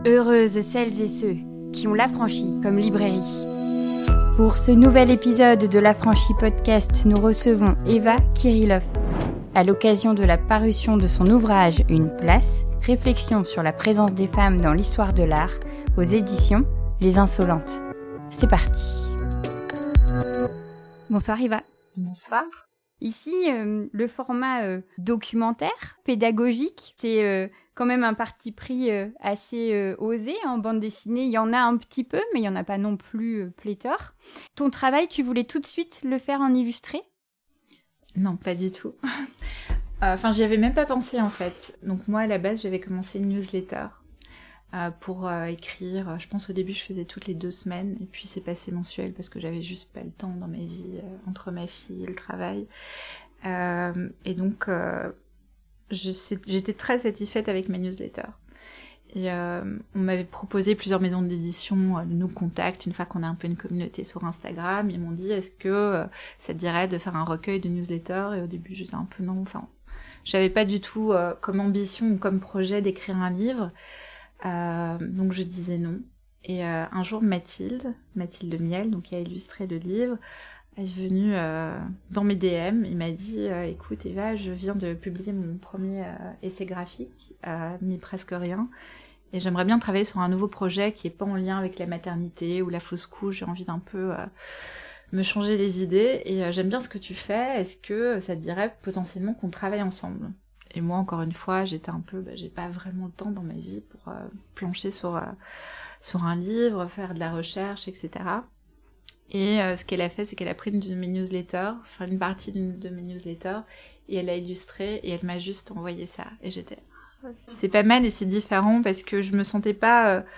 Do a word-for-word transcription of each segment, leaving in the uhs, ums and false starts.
Heureuses celles et ceux qui ont l'Affranchi comme librairie. Pour ce nouvel épisode de l'Affranchi Podcast, nous recevons Eva Kirillov. À l'occasion de la parution de son ouvrage « Une place », réflexion sur la présence des femmes dans l'histoire de l'art, aux éditions Les Insolentes. C'est parti. Bonsoir Eva. Bonsoir. Ici, euh, le format euh, documentaire, pédagogique, c'est euh, quand même un parti pris euh, assez euh, osé. En bande dessinée, il y en a un petit peu, mais il n'y en a pas non plus euh, pléthore. Ton travail, tu voulais tout de suite le faire en illustré ? Non, pas du tout. Enfin, euh, j'y avais même pas pensé en fait. Donc moi, à la base, j'avais commencé une newsletter euh, pour euh, écrire. Je pense au début, je faisais toutes les deux semaines, et puis c'est passé mensuel parce que j'avais juste pas le temps dans ma vie euh, entre ma fille et le travail. Euh, et donc, euh, je, j'étais très satisfaite avec ma newsletter. Et euh, on m'avait proposé plusieurs maisons d'édition euh, de nous contacter une fois qu'on a un peu une communauté sur Instagram. Ils m'ont dit, est-ce que euh, ça te dirait de faire un recueil de newsletters ? Et au début, j'étais un peu non. Enfin, j'avais pas du tout euh, comme ambition ou comme projet d'écrire un livre. Euh, donc je disais non. Et euh, un jour, Mathilde, Mathilde Miel, donc qui a illustré le livre, est venue euh, dans mes D M. Il m'a dit euh, écoute Eva, je viens de publier mon premier euh, essai graphique, euh, mis presque rien, et j'aimerais bien travailler sur un nouveau projet qui est pas en lien avec la maternité ou la fausse couche. J'ai envie d'un peu euh, me changer les idées, et euh, j'aime bien ce que tu fais. Est-ce que ça te dirait potentiellement qu'on travaille ensemble ? Et moi, encore une fois, j'étais un peu, bah, j'ai pas vraiment le temps dans ma vie pour euh, plancher sur euh, sur un livre, faire de la recherche, et cetera. Et euh, ce qu'elle a fait, c'est qu'elle a pris une de mes newsletters, enfin une partie d'une de mes newsletters, et elle a illustré, et elle m'a juste envoyé ça. Et j'étais, c'est pas mal et c'est différent parce que je me sentais pas euh,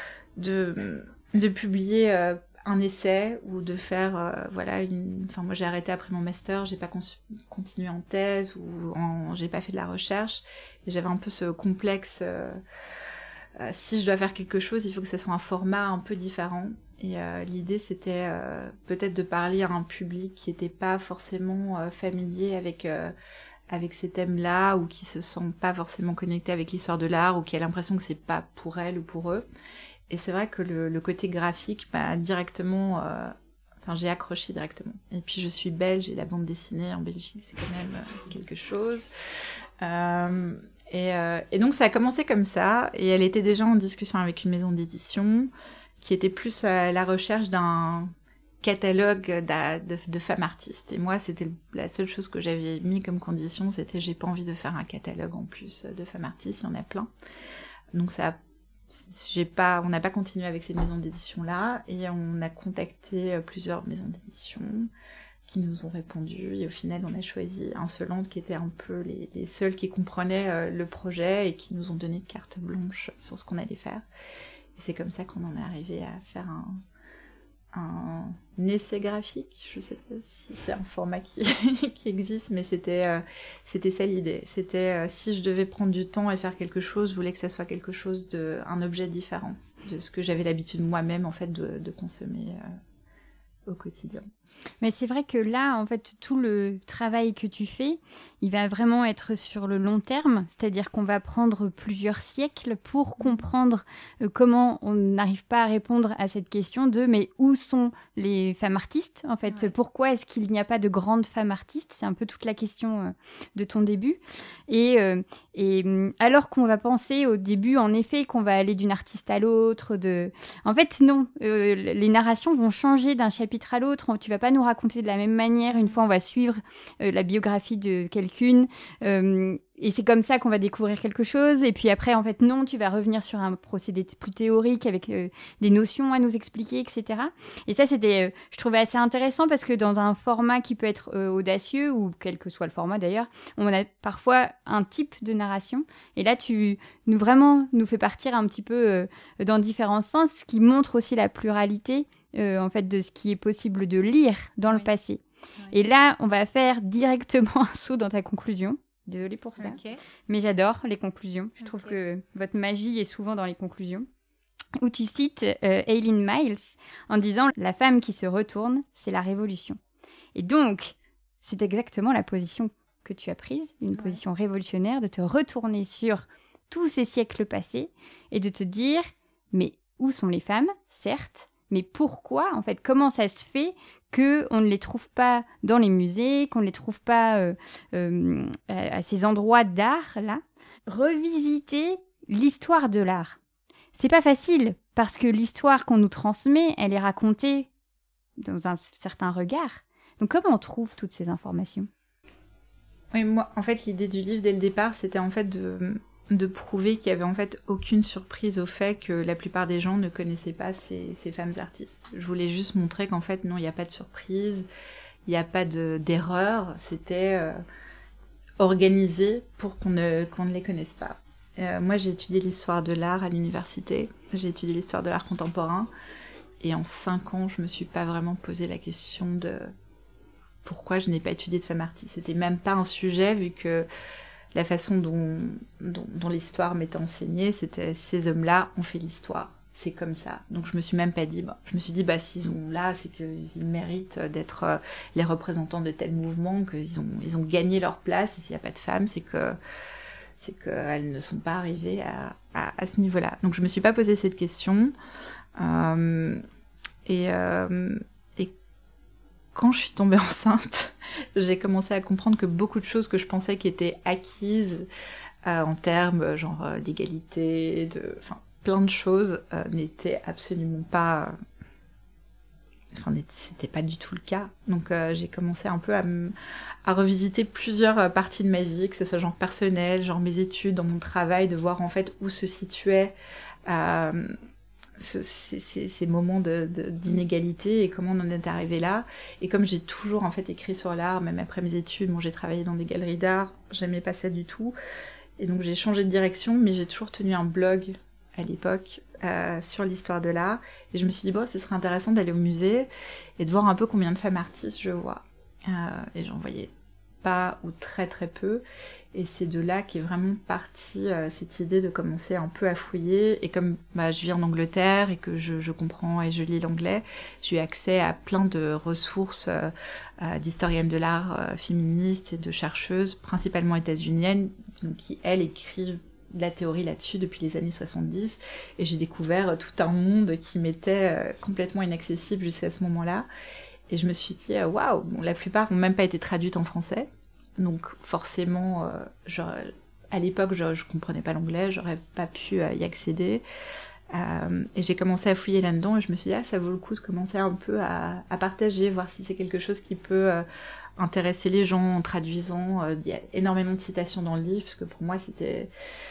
de de publier euh, un essai ou de faire, euh, voilà, une. Enfin moi j'ai arrêté après mon master, j'ai pas con- continué en thèse ou en... j'ai pas fait de la recherche, et j'avais un peu ce complexe. Euh... Euh, si je dois faire quelque chose, il faut que ça soit un format un peu différent. Et euh, l'idée, c'était euh, peut-être de parler à un public qui n'était pas forcément euh, familier avec euh, avec ces thèmes-là, ou qui se sent pas forcément connecté avec l'histoire de l'art, ou qui a l'impression que c'est pas pour elle ou pour eux. Et c'est vrai que le, le côté graphique, bah, directement, euh, enfin, j'ai accroché directement. Et puis je suis belge, et la bande dessinée en Belgique, c'est quand même euh, quelque chose. Euh, Et, euh, et donc ça a commencé comme ça, et elle était déjà en discussion avec une maison d'édition qui était plus à la recherche d'un catalogue de, de femmes artistes. Et moi, c'était la seule chose que j'avais mis comme condition, c'était j'ai pas envie de faire un catalogue en plus de femmes artistes, il y en a plein. Donc ça, j'ai pas, on n'a pas continué avec ces maisons d'édition-là, et on a contacté plusieurs maisons d'édition qui nous ont répondu, et au final on a choisi Insolentes, qui étaient un peu les, les seuls qui comprenaient euh, le projet et qui nous ont donné carte blanche sur ce qu'on allait faire. Et c'est comme ça qu'on en est arrivé à faire un, un, un essai graphique. Je sais pas si c'est un format qui, qui existe, mais c'était, euh, c'était ça l'idée. C'était euh, si je devais prendre du temps et faire quelque chose, je voulais que ça soit quelque chose de, un objet différent de ce que j'avais l'habitude moi-même en fait de, de consommer euh, au quotidien. Mais c'est vrai que là, en fait, tout le travail que tu fais, il va vraiment être sur le long terme, c'est-à-dire qu'on va prendre plusieurs siècles pour comprendre euh, comment on n'arrive pas à répondre à cette question de mais où sont les femmes artistes, en fait, ouais. Pourquoi est-ce qu'il n'y a pas de grandes femmes artistes ? C'est un peu toute la question euh, de ton début. Et, euh, et alors qu'on va penser au début, en effet, qu'on va aller d'une artiste à l'autre, de... en fait, non, euh, les narrations vont changer d'un chapitre à l'autre, tu vas pas nous raconter de la même manière. Une fois, on va suivre euh, la biographie de quelqu'une. Euh, et c'est comme ça qu'on va découvrir quelque chose. Et puis après, en fait, non, tu vas revenir sur un procédé plus théorique avec euh, des notions à nous expliquer, et cetera. Et ça, c'était, euh, je trouvais assez intéressant parce que dans un format qui peut être euh, audacieux, ou quel que soit le format d'ailleurs, on a parfois un type de narration. Et là, tu nous vraiment nous fais partir un petit peu euh, dans différents sens, ce qui montre aussi la pluralité Euh, en fait, de ce qui est possible de lire dans oui. le passé. Oui. Et là, on va faire directement un saut dans ta conclusion. Désolée pour ça. Okay. Mais j'adore les conclusions. Je okay. trouve que votre magie est souvent dans les conclusions. Où tu cites euh, Eileen Myles en disant « La femme qui se retourne, c'est la révolution ». Et donc, c'est exactement la position que tu as prise, une ouais. position révolutionnaire, de te retourner sur tous ces siècles passés et de te dire Mais où sont les femmes? Certes. Mais pourquoi, en fait? Comment ça se fait qu'on ne les trouve pas dans les musées, qu'on ne les trouve pas euh, euh, à, à ces endroits d'art-là? Revisiter l'histoire de l'art. C'est pas facile, parce que l'histoire qu'on nous transmet, elle est racontée dans un certain regard. Donc comment on trouve toutes ces informations? Oui, moi, en fait, l'idée du livre, dès le départ, c'était en fait de... de prouver qu'il y avait en fait aucune surprise au fait que la plupart des gens ne connaissaient pas ces, ces femmes artistes. Je voulais juste montrer qu'en fait non, il n'y a pas de surprise, il n'y a pas de, d'erreur, c'était euh, organisé pour qu'on ne, qu'on ne les connaisse pas. Euh, moi j'ai étudié l'histoire de l'art à l'université, j'ai étudié l'histoire de l'art contemporain, et en cinq ans je me suis pas vraiment posé la question de pourquoi je n'ai pas étudié de femmes artistes. C'était même pas un sujet vu que la façon dont, dont, dont l'histoire m'était enseignée, c'était ces hommes-là ont fait l'histoire. C'est comme ça. Donc je me suis même pas dit, bah, je me suis dit, bah s'ils ont là, c'est qu'ils méritent d'être euh, les représentants de tel mouvement, qu'ils ont, ils ont gagné leur place, et s'il n'y a pas de femmes, c'est que c'est qu'elles ne sont pas arrivées à, à, à ce niveau-là. Donc je me suis pas posé cette question. Euh, et, euh, et quand je suis tombée enceinte, j'ai commencé à comprendre que beaucoup de choses que je pensais qui étaient acquises euh, en termes genre euh, d'égalité, de, enfin plein de choses euh, n'étaient absolument pas, euh, enfin c'était pas du tout le cas. Donc euh, j'ai commencé un peu à, m- à revisiter plusieurs parties de ma vie, que ce soit genre personnel, genre mes études, dans mon travail, de voir en fait où se situaient euh, ce, ces, ces, ces moments de, de, d'inégalité et comment on en est arrivé là. Et comme j'ai toujours en fait écrit sur l'art, même après mes études, bon, j'ai travaillé dans des galeries d'art, j'aimais pas ça du tout. Et donc j'ai changé de direction, mais j'ai toujours tenu un blog à l'époque euh, sur l'histoire de l'art. Et je me suis dit, bon, ce serait intéressant d'aller au musée et de voir un peu combien de femmes artistes je vois. Euh, et j'en voyais pas ou très très peu. Et c'est de là qu'est vraiment partie euh, cette idée de commencer un peu à fouiller. Et comme bah, je vis en Angleterre et que je, je comprends et je lis l'anglais, j'ai eu accès à plein de ressources euh, euh, d'historiennes de l'art euh, féministes et de chercheuses, principalement états-uniennes, donc, qui, elles, écrivent de la théorie là-dessus depuis les années soixante-dix. Et j'ai découvert euh, tout un monde qui m'était euh, complètement inaccessible jusqu'à ce moment-là. Et je me suis dit, waouh, wow, bon, la plupart n'ont même pas été traduites en français. Donc forcément, euh, genre, à l'époque, je, je comprenais pas l'anglais, j'aurais pas pu euh, y accéder. Euh, et j'ai commencé à fouiller là-dedans et je me suis dit, ah, ça vaut le coup de commencer un peu à, à partager, voir si c'est quelque chose qui peut euh, intéresser les gens en traduisant. Il y a énormément de citations dans le livre, parce que pour moi, c'était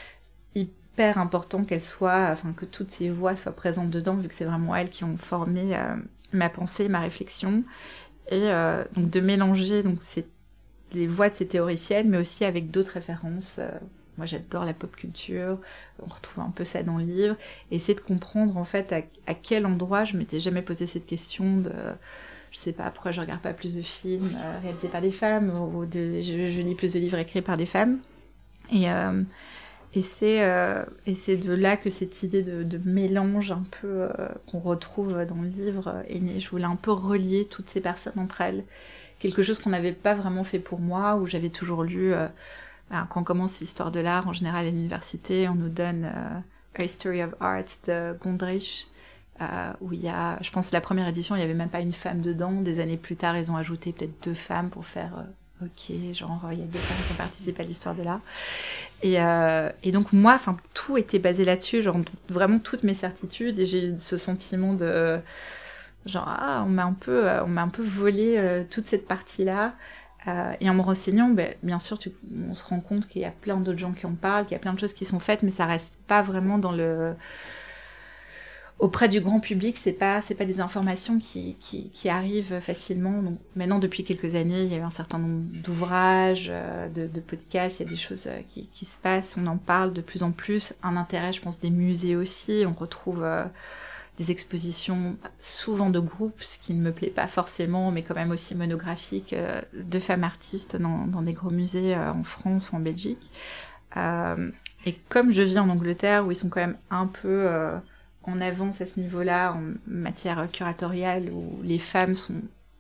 hyper important qu'elles soient, enfin, que toutes ces voix soient présentes dedans, vu que c'est vraiment elles qui ont formé euh, ma pensée, ma réflexion. Et euh, donc de mélanger donc, ces les voix de ces théoriciennes, mais aussi avec d'autres références. Euh, moi, j'adore la pop culture, on retrouve un peu ça dans le livre, et essayer de comprendre, en fait, à, à quel endroit je m'étais jamais posé cette question de... Je sais pas, pourquoi je regarde pas plus de films euh, réalisés par des femmes, ou de, je, je lis plus de livres écrits par des femmes. Et, euh, et, c'est, euh, et c'est de là que cette idée de, de mélange un peu euh, qu'on retrouve dans le livre est née. Je voulais un peu relier toutes ces personnes entre elles. Quelque chose qu'on n'avait pas vraiment fait pour moi, où j'avais toujours lu, euh, ben, quand on commence l'histoire de l'art, en général à l'université, on nous donne euh, A History of Art de Gondrich, euh, où il y a, je pense la première édition, il n'y avait même pas une femme dedans. Des années plus tard, ils ont ajouté peut-être deux femmes pour faire, euh, ok, genre, il y a deux femmes qui ont participé à l'histoire de l'art. Et, euh, et donc moi, enfin, tout était basé là-dessus, genre vraiment toutes mes certitudes, et j'ai eu ce sentiment de... Genre, ah, on m'a un peu, euh, on m'a un peu volé euh, toute cette partie-là. Euh, et en me renseignant, ben, bien sûr, tu, on se rend compte qu'il y a plein d'autres gens qui en parlent, qu'il y a plein de choses qui sont faites, mais ça reste pas vraiment dans le... Auprès du grand public, c'est pas, c'est pas des informations qui, qui, qui arrivent facilement. Donc, maintenant, depuis quelques années, il y a eu un certain nombre d'ouvrages, euh, de, de podcasts, il y a des choses euh, qui, qui se passent, on en parle de plus en plus. Un intérêt, je pense, des musées aussi. On retrouve... Euh, des expositions souvent de groupes, ce qui ne me plaît pas forcément, mais quand même aussi monographiques, euh, de femmes artistes dans, dans des gros musées euh, en France ou en Belgique. Euh, et comme je vis en Angleterre, où ils sont quand même un peu euh, en avance à ce niveau-là, en matière curatoriale, où les femmes sont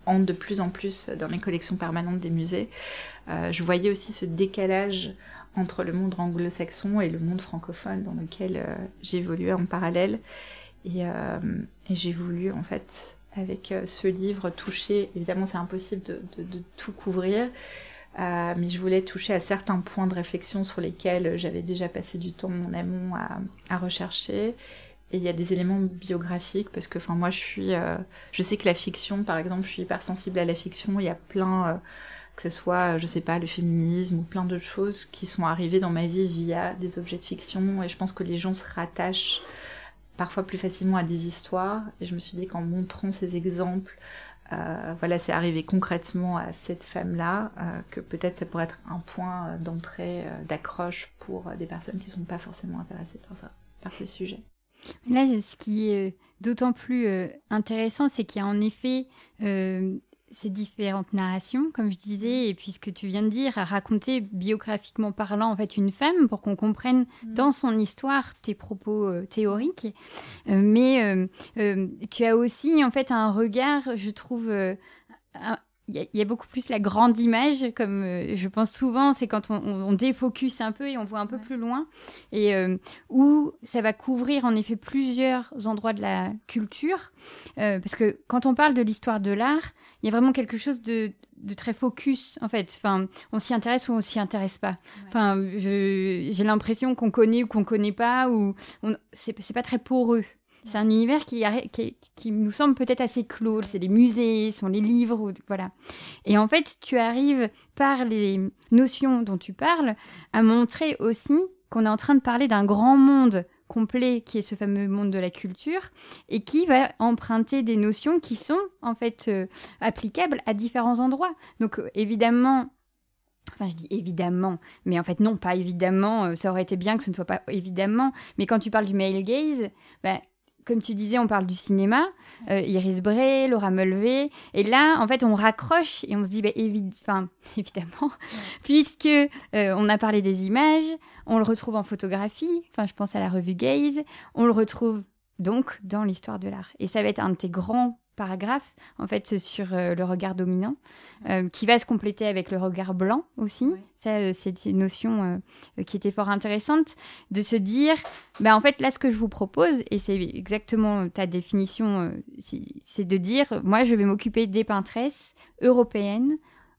entre de plus en plus dans les collections permanentes des musées. Euh, je voyais aussi ce décalage entre le monde anglo-saxon et le monde francophone dans lequel euh, j'évoluais en parallèle. Et, euh, et j'ai voulu, en fait, avec euh, ce livre, toucher... Évidemment, c'est impossible de, de, de tout couvrir, euh, mais je voulais toucher à certains points de réflexion sur lesquels j'avais déjà passé du temps en amont à, à rechercher. Et il y a des éléments biographiques, parce que enfin, moi, je suis... Euh, je sais que la fiction, par exemple, je suis hyper sensible à la fiction. Il y a plein... Euh, que ce soit, je sais pas, le féminisme ou plein d'autres choses qui sont arrivées dans ma vie via des objets de fiction. Et je pense que les gens se rattachent parfois plus facilement à des histoires. Et je me suis dit qu'en montrant ces exemples, euh, voilà, c'est arrivé concrètement à cette femme-là, euh, que peut-être ça pourrait être un point d'entrée, euh, d'accroche pour des personnes qui sont pas forcément intéressées par ça, par ces sujets. Là, ce qui est d'autant plus euh, intéressant, c'est qu'il y a en effet euh, ces différentes narrations, comme je disais, et puis ce que tu viens de dire, à raconter biographiquement parlant en fait une femme pour qu'on comprenne mmh. dans son histoire tes propos euh, théoriques. Euh, mais euh, euh, tu as aussi en fait un regard, je trouve, euh, un, il y, y a beaucoup plus la grande image, comme euh, je pense souvent, c'est quand on, on, on défocus un peu et on voit un peu ouais. plus loin, et euh, où ça va couvrir en effet plusieurs endroits de la culture, euh, parce que quand on parle de l'histoire de l'art, il y a vraiment quelque chose de, de très focus, en fait. Enfin, on s'y intéresse ou on s'y intéresse pas. Ouais. Enfin, je, j'ai l'impression qu'on connaît ou qu'on connaît pas, ou on, c'est, c'est pas très poreux. C'est un univers qui, qui, qui nous semble peut-être assez clos. C'est les musées, sont les livres, ou, voilà. Et en fait, tu arrives, par les notions dont tu parles, à montrer aussi qu'on est en train de parler d'un grand monde complet, qui est ce fameux monde de la culture, et qui va emprunter des notions qui sont, en fait, euh, applicables à différents endroits. Donc, euh, évidemment... Enfin, je dis évidemment, mais en fait, non, pas évidemment. Euh, ça aurait été bien que ce ne soit pas évidemment. Mais quand tu parles du male gaze, bah, comme tu disais, on parle du cinéma, euh, Iris Bray, Laura Mulvey, et là, en fait, on raccroche et on se dit, bah, évi- enfin, évidemment, ouais. puisque euh, on a parlé des images, on le retrouve en photographie, enfin, je pense à la revue Gaze, on le retrouve donc dans l'histoire de l'art. Et ça va être un de tes grands paragraphe en fait sur euh, le regard dominant euh, qui va se compléter avec le regard blanc aussi. Oui. Ça euh, c'est une notion euh, qui était fort intéressante de se dire bah, en fait là ce que je vous propose et c'est exactement ta définition euh, c'est, c'est de dire moi je vais m'occuper des peintresses européennes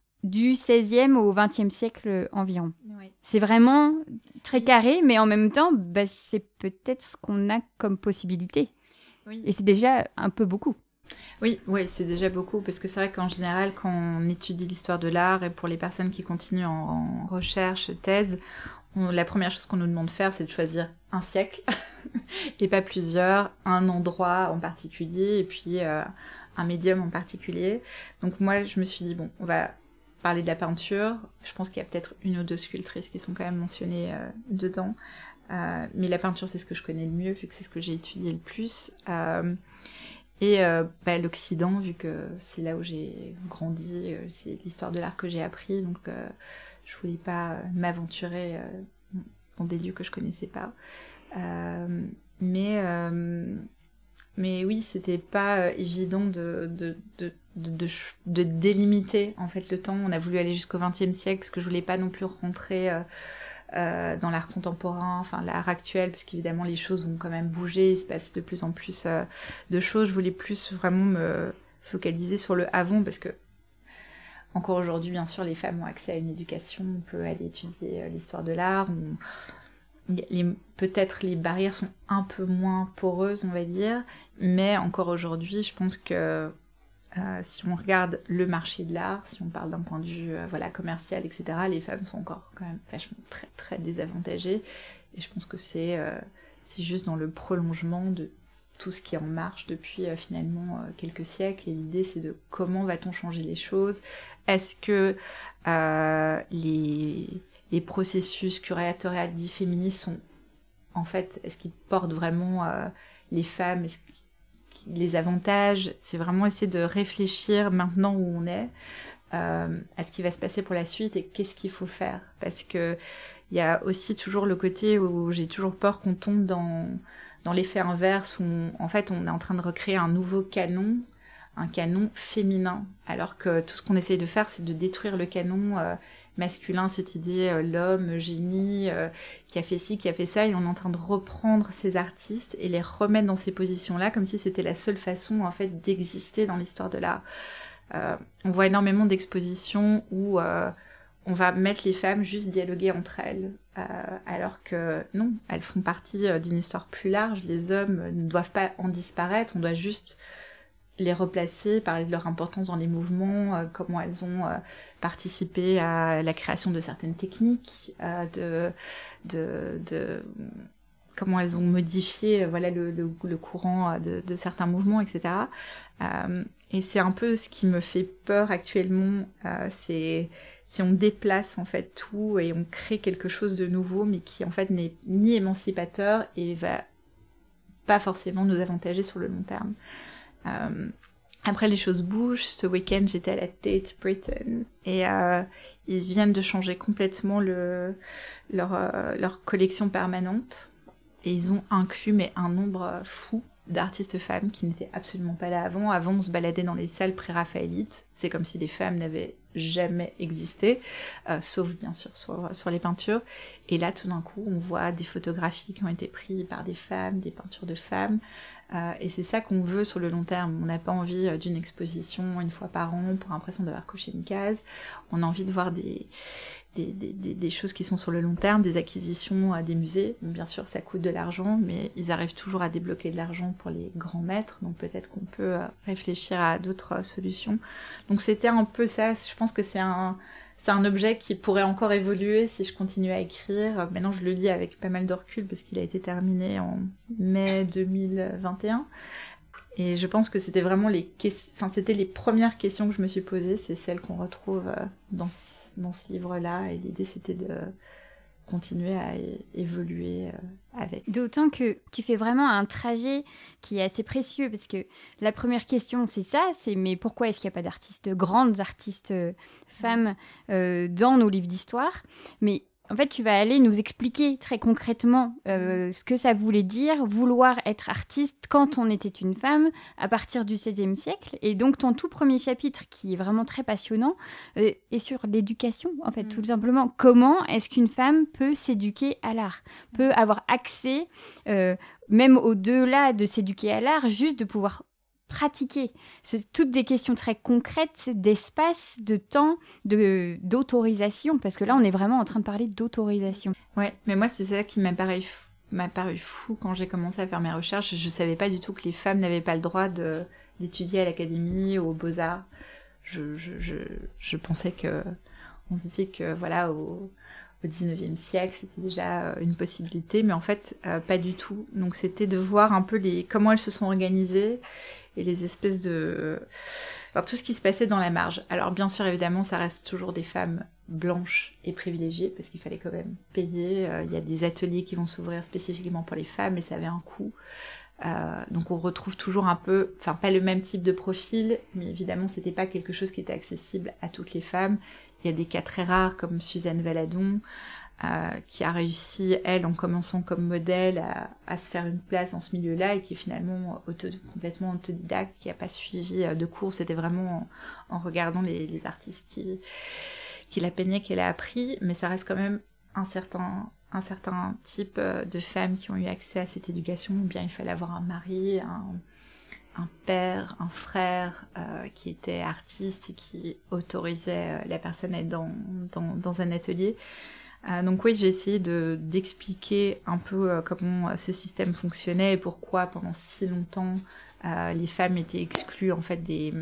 du seizième au vingtième siècle environ. Oui. C'est vraiment très oui. carré mais en même temps bah, c'est peut-être ce qu'on a comme possibilité. Oui. Et c'est déjà un peu beaucoup. Oui, oui, c'est déjà beaucoup, parce que c'est vrai qu'en général, quand on étudie l'histoire de l'art, et pour les personnes qui continuent en, en recherche, thèse, on, la première chose qu'on nous demande de faire, c'est de choisir un siècle, et pas plusieurs, un endroit en particulier, et puis euh, un médium en particulier. Donc moi, je me suis dit, bon, on va parler de la peinture, je pense qu'il y a peut-être une ou deux sculptrices qui sont quand même mentionnées euh, dedans, euh, mais la peinture, c'est ce que je connais le mieux, vu que c'est ce que j'ai étudié le plus. Euh, Et euh, bah, l'Occident, vu que c'est là où j'ai grandi, euh, c'est l'histoire de l'art que j'ai appris, donc euh, je voulais pas euh, m'aventurer euh, dans des lieux que je connaissais pas. Euh, mais, euh, mais oui, c'était pas euh, évident de, de, de, de, de, de délimiter en fait le temps. On a voulu aller jusqu'au vingtième siècle, parce que je voulais pas non plus rentrer... Euh, Euh, dans l'art contemporain, enfin l'art actuel, parce qu'évidemment les choses ont quand même bougé, il se passe de plus en plus euh, de choses. Je voulais plus vraiment me focaliser sur le avant, parce que encore aujourd'hui, bien sûr, les femmes ont accès à une éducation, on peut aller étudier euh, l'histoire de l'art, on... les... peut-être les barrières sont un peu moins poreuses, on va dire, mais encore aujourd'hui, je pense que Euh, si on regarde le marché de l'art, si on parle d'un point de vue euh, voilà, commercial, et cetera, les femmes sont encore quand même vachement très très désavantagées. Et je pense que c'est, euh, c'est juste dans le prolongement de tout ce qui est en marche depuis euh, finalement euh, quelques siècles. Et l'idée, c'est de comment va-t-on changer les choses ? Est-ce que euh, les, les processus curatoriaux dits féministes sont, en fait, est-ce qu'ils portent vraiment euh, les femmes ? Est-ce les avantages, c'est vraiment essayer de réfléchir maintenant où on est, euh, à ce qui va se passer pour la suite et qu'est-ce qu'il faut faire. Parce que il y a aussi toujours le côté où j'ai toujours peur qu'on tombe dans, dans l'effet inverse, où on, en fait on est en train de recréer un nouveau canon, un canon féminin, alors que tout ce qu'on essaye de faire, c'est de détruire le canon euh, masculin, cette idée, euh, l'homme, génie, euh, qui a fait ci, qui a fait ça, et on est en train de reprendre ces artistes et les remettre dans ces positions-là, comme si c'était la seule façon, en fait, d'exister dans l'histoire de l'art. Euh, on voit énormément d'expositions où euh, on va mettre les femmes juste dialoguer entre elles, euh, alors que non, elles font partie euh, d'une histoire plus large, les hommes ne doivent pas en disparaître, on doit juste les replacer, parler de leur importance dans les mouvements, euh, comment elles ont euh, participé à la création de certaines techniques, euh, de, de, de comment elles ont modifié euh, voilà, le, le, le courant de, de certains mouvements, et cetera. Euh, et c'est un peu ce qui me fait peur actuellement, euh, c'est si on déplace en fait tout et on crée quelque chose de nouveau, mais qui en fait n'est ni émancipateur et va pas forcément nous avantager sur le long terme. Euh, après, les choses bougent. Ce week-end, j'étais à la Tate Britain et euh, ils viennent de changer complètement le, leur, euh, leur collection permanente et ils ont inclus mais un nombre fou d'artistes femmes qui n'étaient absolument pas là avant. Avant, on se baladait dans les salles pré-raphaélites. C'est comme si les femmes n'avaient jamais existé, euh, sauf bien sûr sur, sur les peintures. Et là, tout d'un coup, on voit des photographies qui ont été prises par des femmes, des peintures de femmes. Euh, et c'est ça qu'on veut sur le long terme. On n'a pas envie euh, d'une exposition une fois par an pour l'impression d'avoir coché une case. On a envie de voir des, des, des, des, des choses qui sont sur le long terme, des acquisitions à des musées. Bon, bien sûr, ça coûte de l'argent, mais ils arrivent toujours à débloquer de l'argent pour les grands maîtres. Donc peut-être qu'on peut euh, réfléchir à d'autres euh, solutions. Donc c'était un peu ça. Je pense que c'est un... C'est un objet qui pourrait encore évoluer si je continue à écrire. Maintenant, je le lis avec pas mal de recul parce qu'il a été terminé en mai deux mille vingt et un. Et je pense que c'était vraiment les, que- enfin, c'était les premières questions que je me suis posées. C'est celles qu'on retrouve euh, dans ce, dans ce livre-là. Et l'idée, c'était de continuer à é- évoluer euh, avec. D'autant que tu fais vraiment un trajet qui est assez précieux, parce que la première question, c'est ça, c'est mais pourquoi est-ce qu'il n'y a pas d'artistes, de grandes artistes euh, femmes euh, dans nos livres d'histoire? Mais en fait, tu vas aller nous expliquer très concrètement euh, ce que ça voulait dire, vouloir être artiste quand on était une femme à partir du seizième siècle. Et donc, ton tout premier chapitre, qui est vraiment très passionnant, euh, est sur l'éducation, en fait, Mm. tout simplement. Comment est-ce qu'une femme peut s'éduquer à l'art, peut avoir accès, euh, même au-delà de s'éduquer à l'art, juste de pouvoir pratiquer. C'est toutes des questions très concrètes d'espace, de temps, de, d'autorisation, parce que là, on est vraiment en train de parler d'autorisation. Ouais, mais moi, c'est ça qui m'a paru, f- m'a paru fou quand j'ai commencé à faire mes recherches. Je savais pas du tout que les femmes n'avaient pas le droit de, d'étudier à l'académie ou aux beaux-arts. Je, je, je, je pensais que... On se dit que, voilà, au, au dix-neuvième siècle, c'était déjà euh, une possibilité, mais en fait, euh, pas du tout. Donc, c'était de voir un peu les, comment elles se sont organisées et les espèces de... Enfin, tout ce qui se passait dans la marge. Alors, bien sûr, évidemment, ça reste toujours des femmes blanches et privilégiées, parce qu'il fallait quand même payer. Euh, il y a des ateliers qui vont s'ouvrir spécifiquement pour les femmes, et ça avait un coût. Euh, donc on retrouve toujours un peu, enfin pas le même type de profil, mais évidemment c'était pas quelque chose qui était accessible à toutes les femmes. Il y a des cas très rares comme Suzanne Valadon, euh, qui a réussi, elle, en commençant comme modèle, à, à se faire une place dans ce milieu-là, et qui est finalement auto, complètement autodidacte, qui a pas suivi de cours. C'était vraiment en, en regardant les, les artistes qui, qui la peignaient qu'elle a appris, mais ça reste quand même un certain... un certain type de femmes qui ont eu accès à cette éducation, ou bien il fallait avoir un mari, un, un père, un frère euh, qui était artiste et qui autorisait la personne à être dans, dans, dans un atelier. Euh, donc oui, j'ai essayé de, d'expliquer un peu euh, comment ce système fonctionnait et pourquoi pendant si longtemps euh, les femmes étaient exclues en fait des...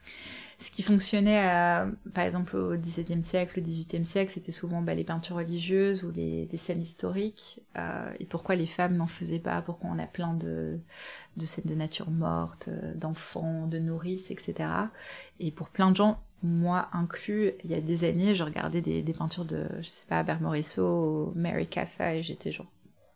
Ce qui fonctionnait, à, par exemple, au dix-septième siècle, au dix-huitième siècle, c'était souvent bah, les peintures religieuses ou les, les scènes historiques. Euh, et pourquoi les femmes n'en faisaient pas? Pourquoi on a plein de, de scènes de nature morte, d'enfants, de nourrices, et cetera. Et pour plein de gens, moi inclus, il y a des années, je regardais des, des peintures de, je sais pas, Albert Morisot, Mary Cassatt, et j'étais genre...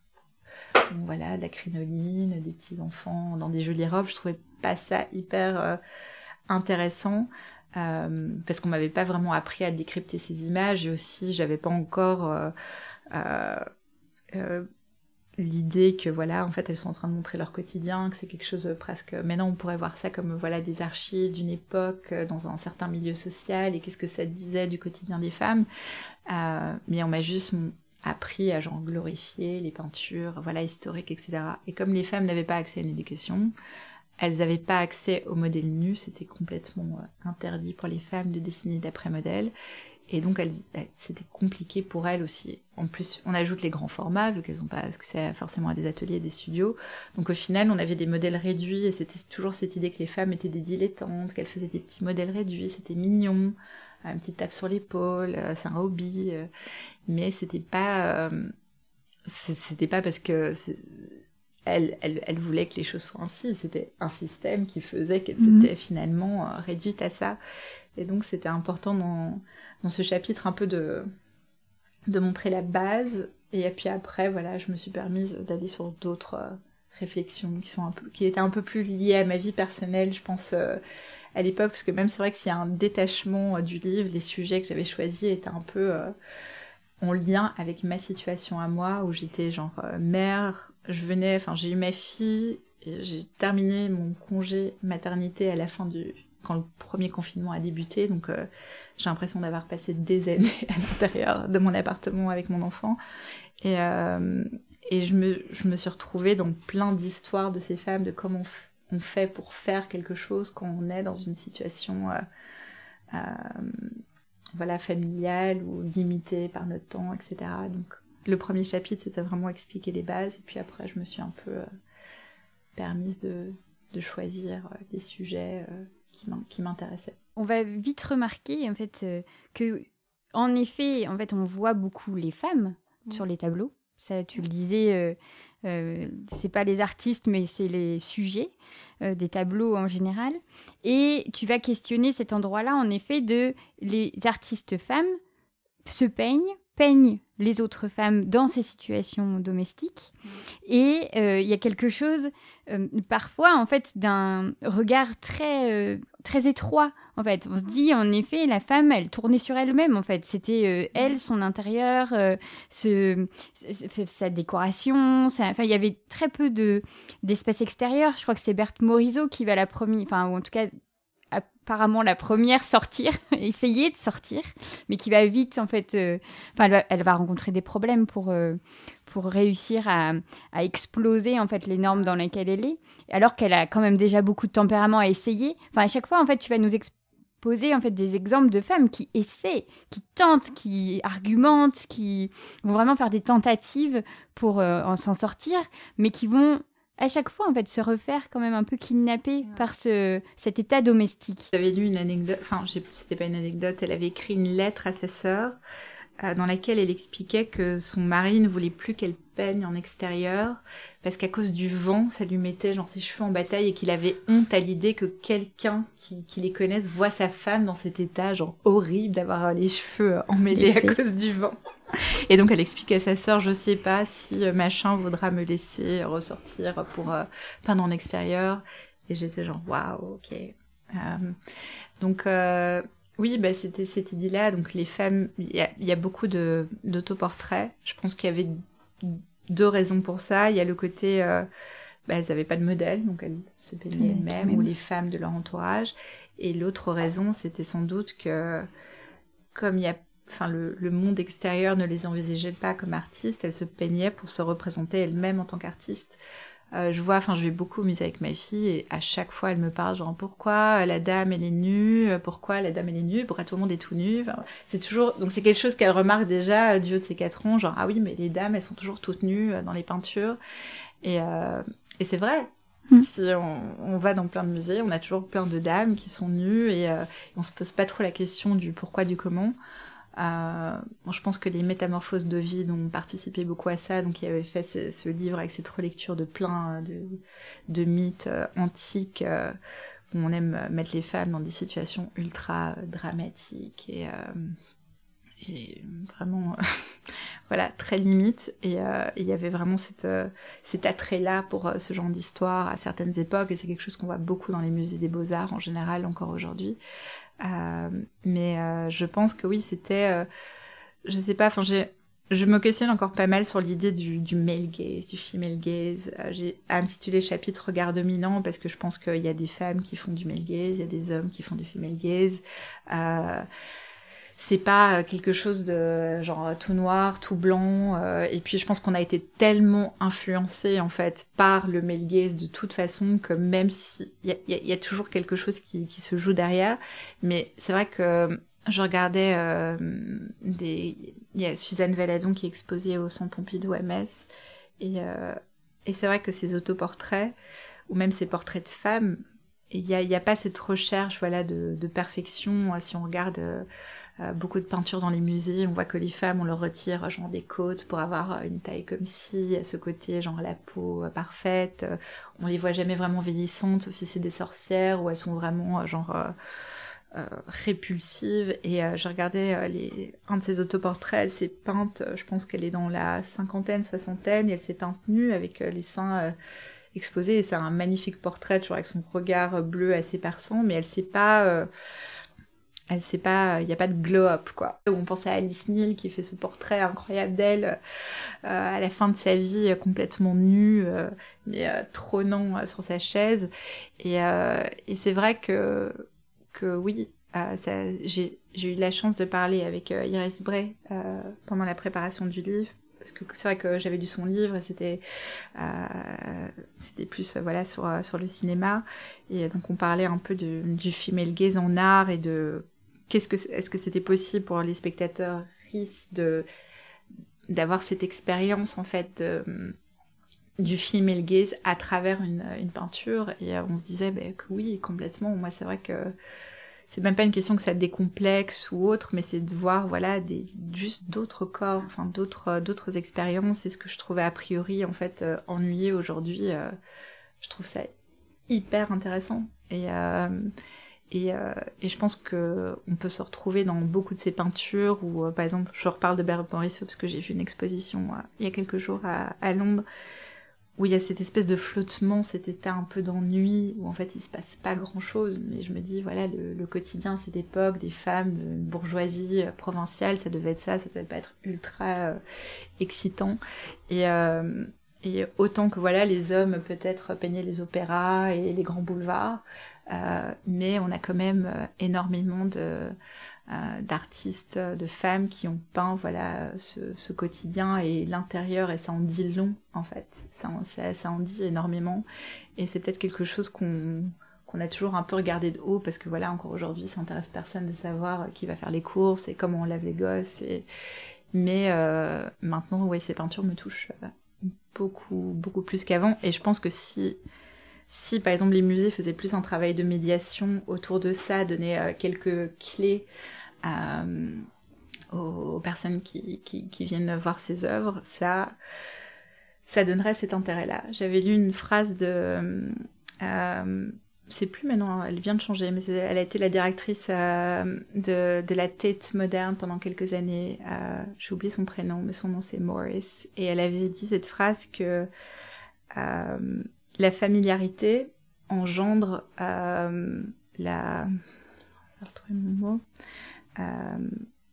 Bon, voilà, de la crinoline, des petits enfants dans des jolies robes. Je trouvais pas ça hyper... Euh, intéressant euh, parce qu'on m'avait pas vraiment appris à décrypter ces images, et aussi j'avais pas encore euh, euh, euh, l'idée que voilà, en fait, elles sont en train de montrer leur quotidien, que c'est quelque chose presque... Maintenant, on pourrait voir ça comme voilà des archives d'une époque dans un certain milieu social et qu'est-ce que ça disait du quotidien des femmes. Euh, mais on m'a juste appris à genre glorifier les peintures, voilà, historiques, et cetera. Et comme les femmes n'avaient pas accès à une éducation, elles n'avaient pas accès aux modèles nus, c'était complètement interdit pour les femmes de dessiner d'après modèle. Et donc, elles, elles, c'était compliqué pour elles aussi. En plus, on ajoute les grands formats, vu qu'elles n'ont pas accès forcément à des ateliers et des studios. Donc, au final, on avait des modèles réduits, et c'était toujours cette idée que les femmes étaient des dilettantes, qu'elles faisaient des petits modèles réduits, c'était mignon, une petite tape sur l'épaule, c'est un hobby. Mais c'était pas... Euh, c'était pas parce que... Elle, elle, elle voulait que les choses soient ainsi, c'était un système qui faisait qu'elle mmh. s'était finalement euh, réduite à ça. Et donc c'était important dans, dans ce chapitre un peu de, de montrer la base, et puis après, voilà, je me suis permise d'aller sur d'autres euh, réflexions qui, sont un peu, qui étaient un peu plus liées à ma vie personnelle, je pense, euh, à l'époque, parce que même c'est vrai que s'il y a un détachement euh, du livre, les sujets que j'avais choisis étaient un peu euh, en lien avec ma situation à moi, où j'étais genre euh, mère... Je venais, enfin, j'ai eu ma fille, et j'ai terminé mon congé maternité à la fin du, quand le premier confinement a débuté, donc euh, j'ai l'impression d'avoir passé des années à l'intérieur de mon appartement avec mon enfant, et, euh, et je me, je me suis retrouvée dans plein d'histoires de ces femmes, de comment on fait pour faire quelque chose quand on est dans une situation, euh, euh, voilà, familiale ou limitée par notre temps, et cetera. Donc, le premier chapitre, c'était vraiment expliquer les bases, et puis après, je me suis un peu euh, permise de, de choisir euh, des sujets euh, qui, m'in- qui m'intéressaient. On va vite remarquer, en fait, euh, que, en effet, en fait, on voit beaucoup les femmes mmh. sur les tableaux. Ça, tu le disais, euh, euh, c'est pas les artistes, mais c'est les sujets euh, des tableaux en général. Et tu vas questionner cet endroit-là, en effet, de les artistes femmes se peignent, peignent les autres femmes dans ces situations domestiques. Et il euh, y a quelque chose, euh, parfois, en fait, d'un regard très, euh, très étroit. En fait, on se dit, en effet, la femme, elle tournait sur elle-même, en fait. C'était euh, elle, son intérieur, euh, ce, ce, sa décoration. Sa... Enfin, il y avait très peu de, d'espace extérieur. Je crois que c'est Berthe Morisot qui va la première... Enfin, ou en tout cas... apparemment la première sortir, essayer de sortir, mais qui va vite, en fait... Euh, enfin, elle va, elle va rencontrer des problèmes pour, euh, pour réussir à, à exploser, en fait, les normes dans lesquelles elle est, alors qu'elle a quand même déjà beaucoup de tempérament à essayer. Enfin, à chaque fois, en fait, tu vas nous exposer, en fait, des exemples de femmes qui essaient, qui tentent, qui argumentent, qui vont vraiment faire des tentatives pour euh, s'en sortir, mais qui vont... à chaque fois, en fait, se refaire quand même un peu kidnappée ouais. par ce, cet état domestique. J'avais lu une anecdote, enfin, c'était pas une anecdote, elle avait écrit une lettre à sa sœur euh, dans laquelle elle expliquait que son mari ne voulait plus qu'elle peigne en extérieur parce qu'à cause du vent, ça lui mettait genre ses cheveux en bataille et qu'il avait honte à l'idée que quelqu'un qui, qui les connaisse voit sa femme dans cet état genre horrible d'avoir les cheveux emmêlés à cause du vent. Et donc elle explique à sa sœur, je sais pas si machin voudra me laisser ressortir pour euh, peindre en extérieur. Et j'étais genre waouh, ok. Euh, donc euh, oui, bah c'était cette idée-là. Donc les femmes, il y a, y a beaucoup de d'autoportraits. Je pense qu'il y avait deux raisons pour ça. Il y a le côté, euh, bah, elles n'avaient pas de modèle, donc elles se peignaient mmh, elles-mêmes ou les femmes de leur entourage. Et l'autre raison, c'était sans doute que comme il y a Enfin, le, le monde extérieur ne les envisageait pas comme artistes, elles se peignaient pour se représenter elles-mêmes en tant qu'artistes. Euh, je vois, enfin, je vais beaucoup au musée avec ma fille et à chaque fois, elle me parle genre pourquoi la dame elle est nue, pourquoi la dame elle est nue, pourquoi tout le monde est tout nu. Enfin, c'est toujours, donc c'est quelque chose qu'elle remarque déjà du haut de ses quatre ans, genre ah oui, mais les dames elles sont toujours toutes nues dans les peintures. Et, euh, et c'est vrai. Mmh. Si on, on va dans plein de musées, on a toujours plein de dames qui sont nues et euh, on se pose pas trop la question du pourquoi, du comment. Euh, bon, je pense que les Métamorphoses d'Ovide ont participé beaucoup à ça, donc il avait fait ce, ce livre avec cette relecture de plein de, de mythes euh, antiques euh, où on aime mettre les femmes dans des situations ultra euh, dramatiques et, euh, et vraiment voilà, très limite. Et euh, il y avait vraiment cette, euh, cet attrait-là pour euh, ce genre d'histoire à certaines époques, et c'est quelque chose qu'on voit beaucoup dans les musées des Beaux-Arts en général encore aujourd'hui. Euh, mais euh, je pense que oui, c'était, euh, je sais pas, enfin j'ai, je me questionne encore pas mal sur l'idée du, du male gaze, du female gaze. Euh, j'ai intitulé le chapitre Regard dominant parce que je pense qu'il y a des femmes qui font du male gaze, il y a des hommes qui font du female gaze. Euh, c'est pas quelque chose de genre tout noir, tout blanc. Euh, et puis je pense qu'on a été tellement influencé en fait par le male gaze de toute façon que même si il y a, y, a, y a toujours quelque chose qui, qui se joue derrière. Mais c'est vrai que je regardais euh, des, il y a Suzanne Valadon qui est exposée au Centre Pompidou à Metz et euh, et c'est vrai que ces autoportraits ou même ces portraits de femmes, il y a il y a pas cette recherche voilà de, de perfection. Si on regarde euh, Euh, beaucoup de peintures dans les musées, on voit que les femmes, on leur retire genre des côtes pour avoir une taille comme ci, à ce côté, genre la peau euh, parfaite. Euh, on les voit jamais vraiment vieillissantes, sauf si c'est des sorcières, ou elles sont vraiment euh, genre euh, euh, répulsives. Et euh, je regardais euh, les... un de ses autoportraits, elle s'est peinte, euh, je pense qu'elle est dans la cinquantaine, soixantaine, et elle s'est peinte nue avec euh, les seins euh, exposés, et c'est un magnifique portrait, toujours avec son regard bleu assez perçant, mais elle s'est pas... Euh, Elle sait pas, il n'y a pas de glow-up, quoi. On pensait à Alice Neal qui fait ce portrait incroyable d'elle euh, à la fin de sa vie, euh, complètement nue, euh, mais euh, trônant euh, sur sa chaise. Et, euh, et c'est vrai que, que oui, euh, ça, j'ai, j'ai eu la chance de parler avec euh, Iris Bray euh, pendant la préparation du livre. Parce que c'est vrai que j'avais lu son livre, c'était euh, c'était plus euh, voilà sur euh, sur le cinéma, et donc on parlait un peu de, du female gaze en art et de qu'est-ce que est-ce que c'était possible pour les spectateurs de d'avoir cette expérience en fait de, du female gaze à travers une une peinture, et euh, on se disait bah, que oui complètement. Moi c'est vrai que c'est même pas une question que ça décomplexe ou autre, mais c'est de voir voilà des juste d'autres corps, enfin d'autres d'autres expériences. Et ce que je trouvais a priori en fait euh, ennuyé aujourd'hui, euh, je trouve ça hyper intéressant. Et euh, et, euh, et je pense que on peut se retrouver dans beaucoup de ces peintures. Ou euh, par exemple, je reparle de Bernard Morisot parce que j'ai vu une exposition euh, il y a quelques jours à, à Londres, où il y a cette espèce de flottement, cet état un peu d'ennui, où en fait il se passe pas grand chose, mais je me dis, voilà, le, le quotidien à cette époque, des femmes, une bourgeoisie euh, provinciale, ça devait être ça, ça devait pas être ultra euh, excitant. Et, euh, et autant que voilà, les hommes peut-être peignaient les opéras et les grands boulevards, euh, mais on a quand même euh, énormément de... Euh, d'artistes, de femmes qui ont peint voilà ce, ce quotidien et l'intérieur, et ça en dit long en fait, ça, ça, ça en dit énormément, et c'est peut-être quelque chose qu'on qu'on a toujours un peu regardé de haut, parce que voilà, encore aujourd'hui ça intéresse personne de savoir qui va faire les courses et comment on lave les gosses, et... mais euh, maintenant ouais, ces peintures me touchent beaucoup beaucoup plus qu'avant, et je pense que si Si, par exemple, les musées faisaient plus un travail de médiation autour de ça, donnaient euh, quelques clés euh, aux, aux personnes qui, qui, qui viennent voir ces œuvres, ça, ça donnerait cet intérêt-là. J'avais lu une phrase de... Euh, c'est plus maintenant, elle vient de changer, mais elle a été la directrice euh, de, de la Tate moderne pendant quelques années. Euh, j'ai oublié son prénom, mais son nom c'est Morris. Et elle avait dit cette phrase que... Euh, la familiarité engendre euh, la... Je vais retrouver mon mot. Euh,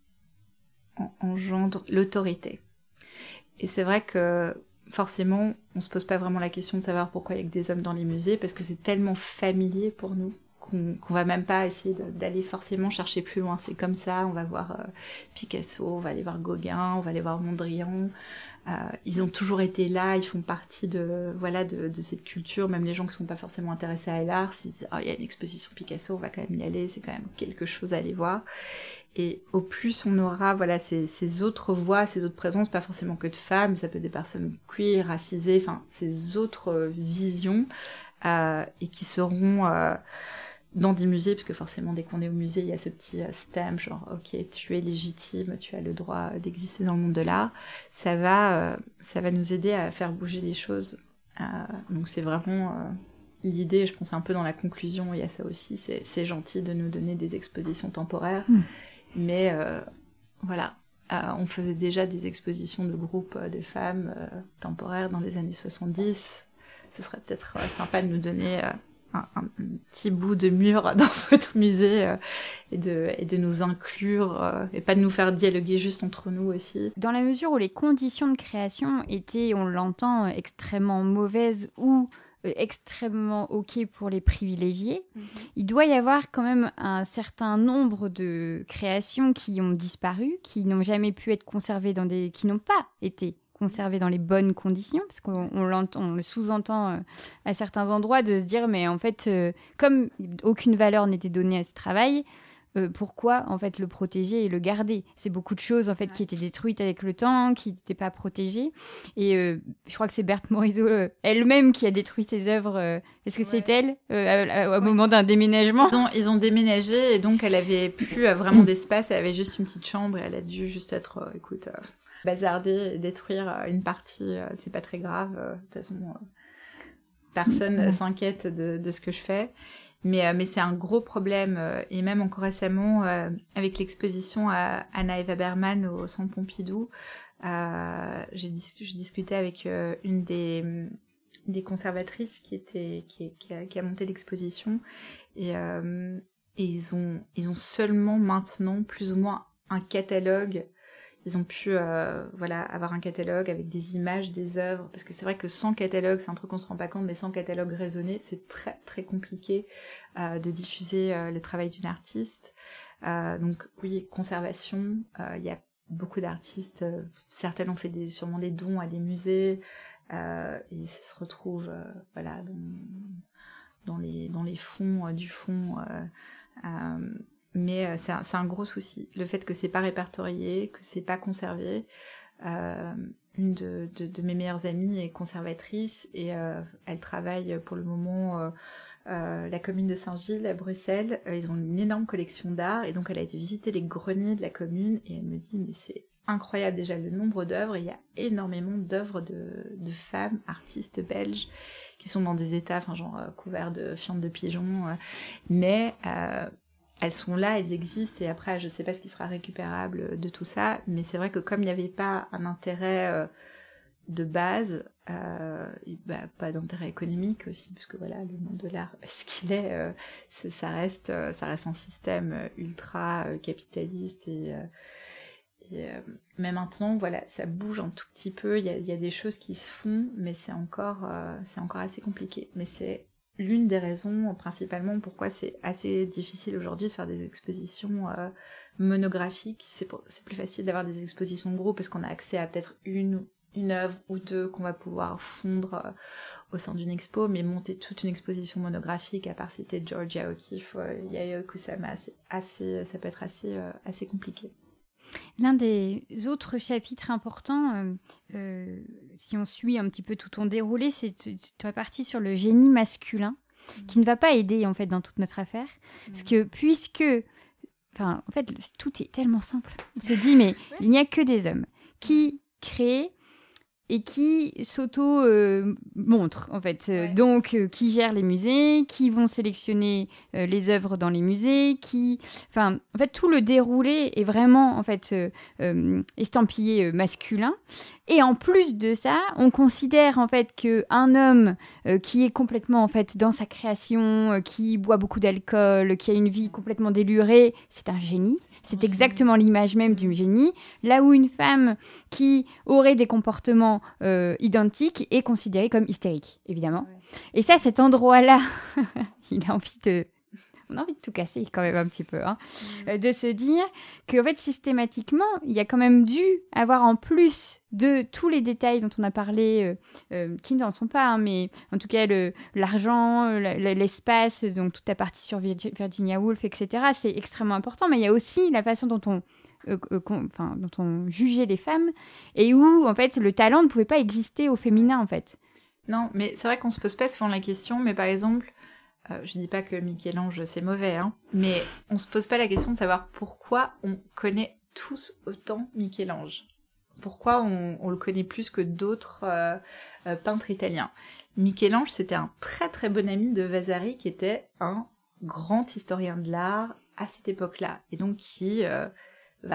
engendre l'autorité. Et c'est vrai que forcément, on se pose pas vraiment la question de savoir pourquoi il y a que des hommes dans les musées, parce que c'est tellement familier pour nous qu'on, qu'on va même pas essayer de, d'aller forcément chercher plus loin. C'est comme ça, on va voir euh, Picasso, on va aller voir Gauguin, on va aller voir Mondrian. Euh, ils ont toujours été là, ils font partie de voilà de, de cette culture. Même les gens qui sont pas forcément intéressés à l'art, s'ils disent oh, il y a une exposition Picasso, on va quand même y aller, c'est quand même quelque chose à aller voir. Et au plus on aura voilà ces, ces autres voix, ces autres présences, pas forcément que de femmes, ça peut être des personnes queer, racisées, enfin ces autres visions, euh, et qui seront euh, dans des musées, parce que forcément dès qu'on est au musée, il y a ce petit stamp genre ok, tu es légitime, tu as le droit d'exister dans le monde de l'art. Ça va, euh, ça va nous aider à faire bouger les choses. Euh, donc c'est vraiment euh, l'idée, je pense un peu dans la conclusion, il y a ça aussi, c'est, c'est gentil de nous donner des expositions temporaires, mmh. mais euh, voilà, euh, on faisait déjà des expositions de groupes de femmes euh, temporaires dans les années soixante-dix. Ce serait peut-être euh, sympa de nous donner... Euh, un, un petit bout de mur dans votre musée euh, et, de, et de nous inclure euh, et pas de nous faire dialoguer juste entre nous aussi. Dans la mesure où les conditions de création étaient, on l'entend, extrêmement mauvaises ou euh, extrêmement OK pour les privilégiés, mmh. il doit y avoir quand même un certain nombre de créations qui ont disparu, qui n'ont jamais pu être conservées dans des... qui n'ont pas été conservé dans les bonnes conditions, parce qu'on on, on le sous-entend euh, à certains endroits de se dire, mais en fait, euh, comme aucune valeur n'était donnée à ce travail, euh, pourquoi en fait le protéger et le garder ? C'est beaucoup de choses en fait ouais. qui étaient détruites avec le temps, qui n'étaient pas protégées. Et euh, je crois que c'est Berthe Morisot euh, elle-même qui a détruit ses œuvres. Euh, est-ce que ouais. c'est elle euh, au ouais, moment d'un déménagement ? ils ont, ils ont déménagé et donc elle avait plus euh, vraiment d'espace. Elle avait juste une petite chambre et elle a dû juste être, euh, écoute. Euh... bazarder et détruire une partie, euh, c'est pas très grave. Euh, de toute façon, euh, personne mmh. s'inquiète de, de ce que je fais. Mais, euh, mais c'est un gros problème. Euh, et même encore récemment, euh, avec l'exposition à Anna-Eva Bergman au Centre Pompidou, euh, j'ai, dis- j'ai discuté avec euh, une des, des conservatrices qui, était, qui, qui, a, qui a monté l'exposition. Et, euh, et ils, ont, ils ont seulement maintenant plus ou moins un catalogue. Ils ont pu euh, voilà, avoir un catalogue avec des images, des œuvres, parce que c'est vrai que sans catalogue, c'est un truc qu'on se rend pas compte, mais sans catalogue raisonné, c'est très très compliqué euh, de diffuser euh, le travail d'une artiste. Euh, donc oui, conservation, il euh, y a beaucoup d'artistes, euh, certaines ont fait des, sûrement des dons à des musées, euh, et ça se retrouve euh, voilà, dans, dans, les, dans les fonds euh, du fonds... Euh, euh, mais euh, c'est, un, c'est un gros souci, le fait que c'est pas répertorié, que c'est pas conservé. Euh, une de, de, de mes meilleures amies est conservatrice et euh, elle travaille pour le moment euh, euh, la commune de Saint-Gilles à Bruxelles. Euh, ils ont une énorme collection d'art et donc elle a été visiter les greniers de la commune et elle me dit mais c'est incroyable déjà le nombre d'œuvres. Il y a énormément d'œuvres de, de femmes artistes belges qui sont dans des états, enfin genre euh, couverts de fientes de pigeons, euh, mais euh, elles sont là, elles existent, et après, je sais pas ce qui sera récupérable de tout ça, mais c'est vrai que comme il n'y avait pas un intérêt euh, de base, euh, et bah, pas d'intérêt économique aussi, parce que voilà, le monde de l'art, ce qu'il est, euh, c'est, ça reste, euh, ça reste un système ultra euh, capitaliste, et, euh, et euh, mais maintenant, voilà, ça bouge un tout petit peu, il y a, y a des choses qui se font, mais c'est encore, euh, c'est encore assez compliqué, mais c'est l'une des raisons, principalement, pourquoi c'est assez difficile aujourd'hui de faire des expositions euh, monographiques. C'est, pour, c'est plus facile d'avoir des expositions de groupe parce qu'on a accès à peut-être une, une œuvre ou deux qu'on va pouvoir fondre euh, au sein d'une expo, mais monter toute une exposition monographique, à part citer Georgia O'Keeffe, euh, Yayoi Kusama, c'est assez, ça peut être assez, euh, assez compliqué. L'un des autres chapitres importants, euh, euh, si on suit un petit peu tout ton déroulé, c'est tu, tu es parti sur le génie masculin, mmh. qui ne va pas aider en fait dans toute notre affaire, mmh. parce que puisque, enfin, en fait, tout est tellement simple. On se dit mais ouais. il n'y a que des hommes qui créent et qui s'auto-montrent, euh, en fait. Ouais. Donc, euh, qui gèrent les musées, qui vont sélectionner euh, les œuvres dans les musées, qui... Enfin, en fait, tout le déroulé est vraiment, en fait, euh, euh, estampillé euh, masculin. Et en plus de ça, on considère, en fait, qu'un homme euh, qui est complètement, en fait, dans sa création, euh, qui boit beaucoup d'alcool, qui a une vie complètement délurée, c'est un génie. C'est exactement l'image même du génie. Là où une femme qui aurait des comportements euh, identiques est considérée comme hystérique, évidemment. Ouais. Et ça, cet endroit-là, il a envie de... On a envie de tout casser quand même un petit peu, hein, mmh. euh, de se dire qu'en fait, systématiquement, il y a quand même dû avoir en plus de tous les détails dont on a parlé, euh, euh, qui n'en sont pas, hein, mais en tout cas, le, l'argent, le, l'espace, donc toute la partie sur Virginia Woolf, et cetera, c'est extrêmement important, mais il y a aussi la façon dont on, euh, euh, enfin, dont on jugeait les femmes, et où, en fait, le talent ne pouvait pas exister au féminin, en fait. Non, mais c'est vrai qu'on se pose pas souvent la question, mais par exemple... Euh, je dis pas que Michel-Ange c'est mauvais, hein, mais on se pose pas la question de savoir pourquoi on connaît tous autant Michel-Ange. Pourquoi on, on le connaît plus que d'autres euh, euh, peintres italiens. Michel-Ange, c'était un très très bon ami de Vasari, qui était un grand historien de l'art à cette époque-là, et donc qui euh, va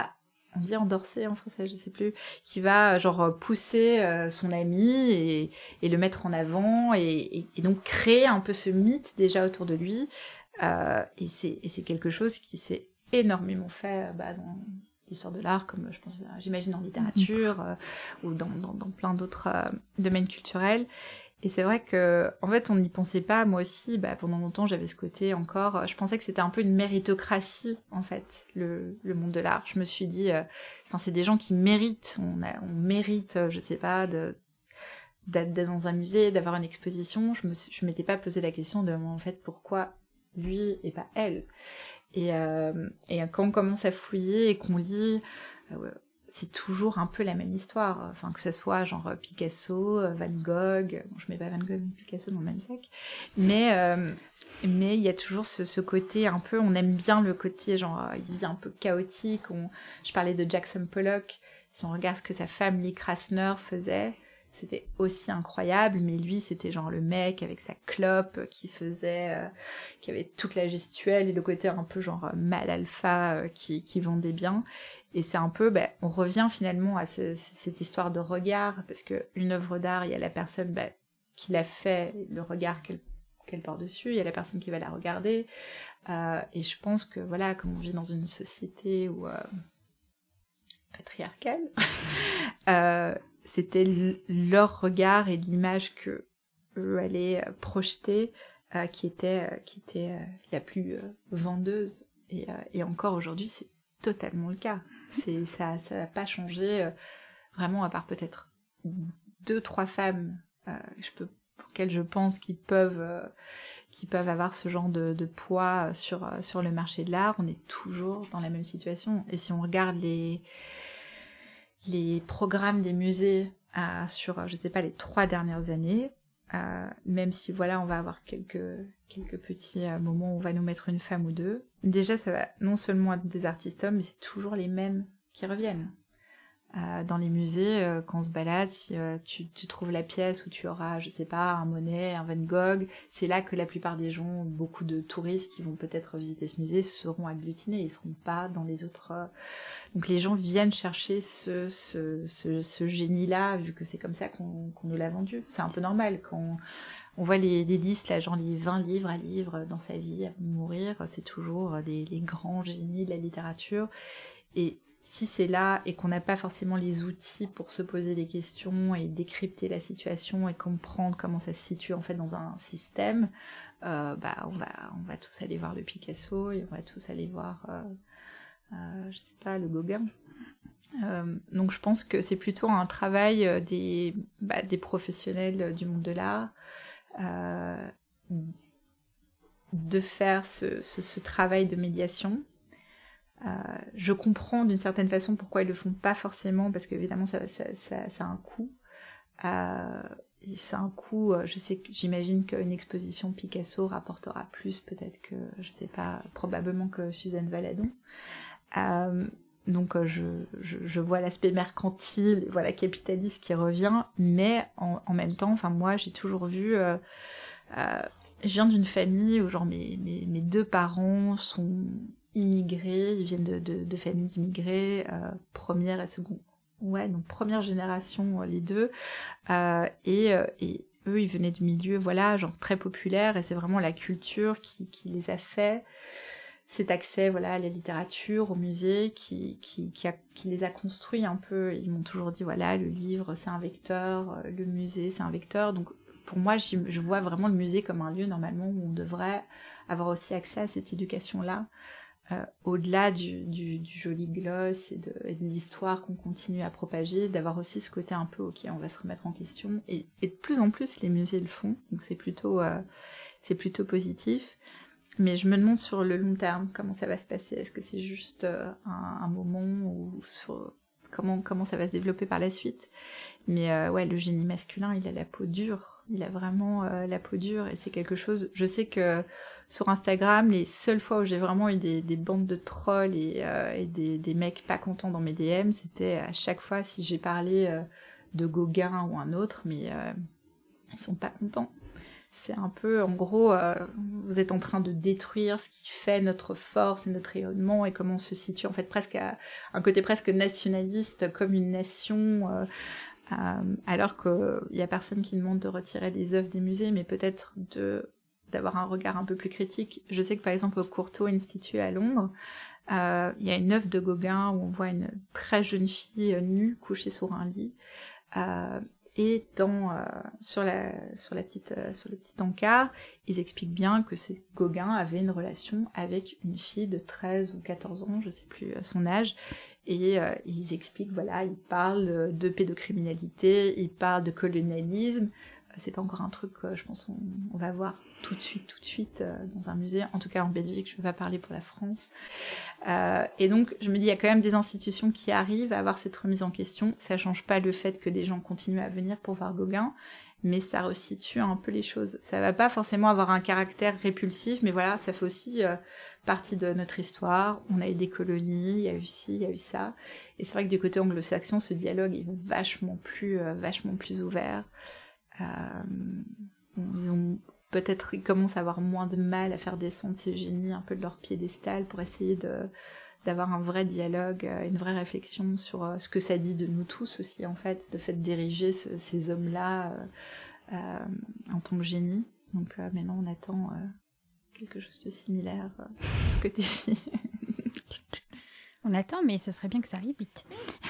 on dit endorser en français, je sais plus, qui va genre pousser euh, son ami et, et le mettre en avant et, et, et donc créer un peu ce mythe déjà autour de lui. Euh, et, c'est, et c'est quelque chose qui s'est énormément fait bah, dans l'histoire de l'art, comme je pense, j'imagine en littérature euh, ou dans, dans, dans plein d'autres euh, domaines culturels. Et c'est vrai que, en fait, on n'y pensait pas. Moi aussi, bah, pendant longtemps, j'avais ce côté encore. Je pensais que c'était un peu une méritocratie, en fait, le, le monde de l'art. Je me suis dit, enfin, euh, c'est des gens qui méritent. On, a, on mérite, je sais pas, de, d'être dans un musée, d'avoir une exposition. Je me, je m'étais pas posé la question de, en fait, pourquoi lui et pas elle. Et, euh, et quand on commence à fouiller et qu'on lit. Euh, c'est toujours un peu la même histoire, enfin que ça soit genre Picasso, Van Gogh, bon je mets pas Van Gogh et Picasso dans le même sac, mais euh, mais il y a toujours ce, ce côté un peu, on aime bien le côté genre il vit un peu chaotique. On, je parlais de Jackson Pollock, si on regarde ce que sa femme Lee Krasner faisait, c'était aussi incroyable, mais lui c'était genre le mec avec sa clope qui faisait, euh, qui avait toute la gestuelle et le côté un peu genre mal alpha euh, qui, qui vendait bien. Et c'est un peu, bah, on revient finalement à ce, cette histoire de regard, parce qu'une œuvre d'art, il y a la personne bah, qui l'a fait, le regard qu'elle, qu'elle porte dessus, il y a la personne qui va la regarder. Euh, et je pense que, voilà, comme on vit dans une société où, euh, patriarcale, euh, c'était l- leur regard et l'image que eux allaient projeter euh, qui était, euh, qui était euh, la plus euh, vendeuse. Et, euh, et encore aujourd'hui, c'est totalement le cas. C'est, ça ça n'a pas changé, euh, vraiment, à part peut-être deux, trois femmes euh, je peux, pour lesquelles je pense qu'ils peuvent, euh, qui peuvent avoir ce genre de, de poids sur, euh, sur le marché de l'art. On est toujours dans la même situation. Et si on regarde les, les programmes des musées euh, sur, je sais pas, les trois dernières années, euh, même si voilà, on va avoir quelques, quelques petits euh, moments où on va nous mettre une femme ou deux, déjà ça va non seulement être des artistes hommes, mais c'est toujours les mêmes qui reviennent. Euh, dans les musées, euh, quand on se balade, si euh, tu, tu trouves la pièce où tu auras, je sais pas, un Monet, un Van Gogh, c'est là que la plupart des gens, beaucoup de touristes qui vont peut-être visiter ce musée, seront agglutinés, ils seront pas dans les autres... Euh... Donc les gens viennent chercher ce, ce, ce, ce génie-là, vu que c'est comme ça qu'on, qu'on nous l'a vendu. C'est un peu normal, quand on, on voit les, les listes, là, genre les vingt livres à lire dans sa vie, avant de mourir, c'est toujours les, les grands génies de la littérature, et si c'est là et qu'on n'a pas forcément les outils pour se poser des questions et décrypter la situation et comprendre comment ça se situe en fait dans un système, euh, bah on va on va tous aller voir le Picasso et on va tous aller voir, euh, euh, je sais pas, le Gauguin. Euh, donc je pense que c'est plutôt un travail des bah, des professionnels du monde de l'art, euh, de faire ce, ce, ce travail de médiation. Euh, je comprends d'une certaine façon pourquoi ils le font pas forcément, parce qu'évidemment ça, ça, ça, ça a un coût. Euh, ça a un coût. Je sais que j'imagine qu'une exposition Picasso rapportera plus peut-être que, je sais pas, probablement que Suzanne Valadon. Euh, donc je, je, je vois l'aspect mercantile, voilà, capitaliste qui revient, mais en, en même temps, enfin moi j'ai toujours vu. Euh, euh, je viens d'une famille où genre mes, mes, mes deux parents sont immigrés, ils viennent de, de, de familles immigrées, euh, première et seconde, ouais, donc première génération, les deux, euh, et, et eux, ils venaient de milieux, voilà, genre très populaires, et c'est vraiment la culture qui, qui les a fait, cet accès, voilà, à la littérature, au musée, qui, qui, qui, a, qui les a construits un peu. Ils m'ont toujours dit, voilà, le livre, c'est un vecteur, le musée, c'est un vecteur, donc pour moi, je vois vraiment le musée comme un lieu, normalement, où on devrait avoir aussi accès à cette éducation-là, Euh, au-delà du, du, du joli gloss et de, et de l'histoire qu'on continue à propager, d'avoir aussi ce côté un peu, ok, on va se remettre en question, et, et de plus en plus les musées le font, donc c'est plutôt, euh, c'est plutôt positif. Mais je me demande sur le long terme comment ça va se passer. Est-ce que c'est juste euh, un, un moment, ou sur comment comment ça va se développer par la suite. Mais euh, ouais, le génie masculin, il a la peau dure. Il a vraiment euh, la peau dure, et c'est quelque chose... Je sais que sur Instagram, les seules fois où j'ai vraiment eu des, des bandes de trolls et, euh, et des, des mecs pas contents dans mes D M, c'était à chaque fois si j'ai parlé euh, de Gauguin ou un autre, mais euh, ils sont pas contents. C'est un peu, en gros, euh, vous êtes en train de détruire ce qui fait notre force et notre rayonnement et comment on se situe, en fait, presque à un côté presque nationaliste, comme une nation, euh, euh, alors qu'il y a personne qui demande de retirer les œuvres des musées, mais peut-être de d'avoir un regard un peu plus critique. Je sais que, par exemple, au Courtauld Institute à Londres, euh, il y a une œuvre de Gauguin où on voit une très jeune fille nue, couchée sur un lit, euh, et dans euh, sur la sur la petite euh, sur le petit encart, ils expliquent bien que c'est Gauguin avait une relation avec une fille de treize ou quatorze ans, je sais plus euh, son âge, et euh, ils expliquent, voilà, ils parlent de pédocriminalité, ils parlent de colonialisme. C'est pas encore un truc que je pense on, on va voir tout de suite, tout de suite euh, dans un musée. En tout cas en Belgique, je vais pas parler pour la France. Euh, et donc je me dis, il y a quand même des institutions qui arrivent à avoir cette remise en question. Ça change pas le fait que des gens continuent à venir pour voir Gauguin, mais ça resitue un peu les choses. Ça va pas forcément avoir un caractère répulsif, mais voilà, ça fait aussi euh, partie de notre histoire. On a eu des colonies, il y a eu ci, il y a eu ça. Et c'est vrai que du côté anglo-saxon, ce dialogue est vachement plus, euh, vachement plus ouvert. Euh, ils ont peut-être, ils commencent à avoir moins de mal à faire descendre ces génies un peu de leur piédestal pour essayer de d'avoir un vrai dialogue, une vraie réflexion sur ce que ça dit de nous tous aussi, en fait, de fait de diriger ce, ces hommes-là euh, euh, en tant que génie. Donc euh, maintenant on attend euh, quelque chose de similaire euh, à ce côté-ci. On attend, mais ce serait bien que ça arrive vite.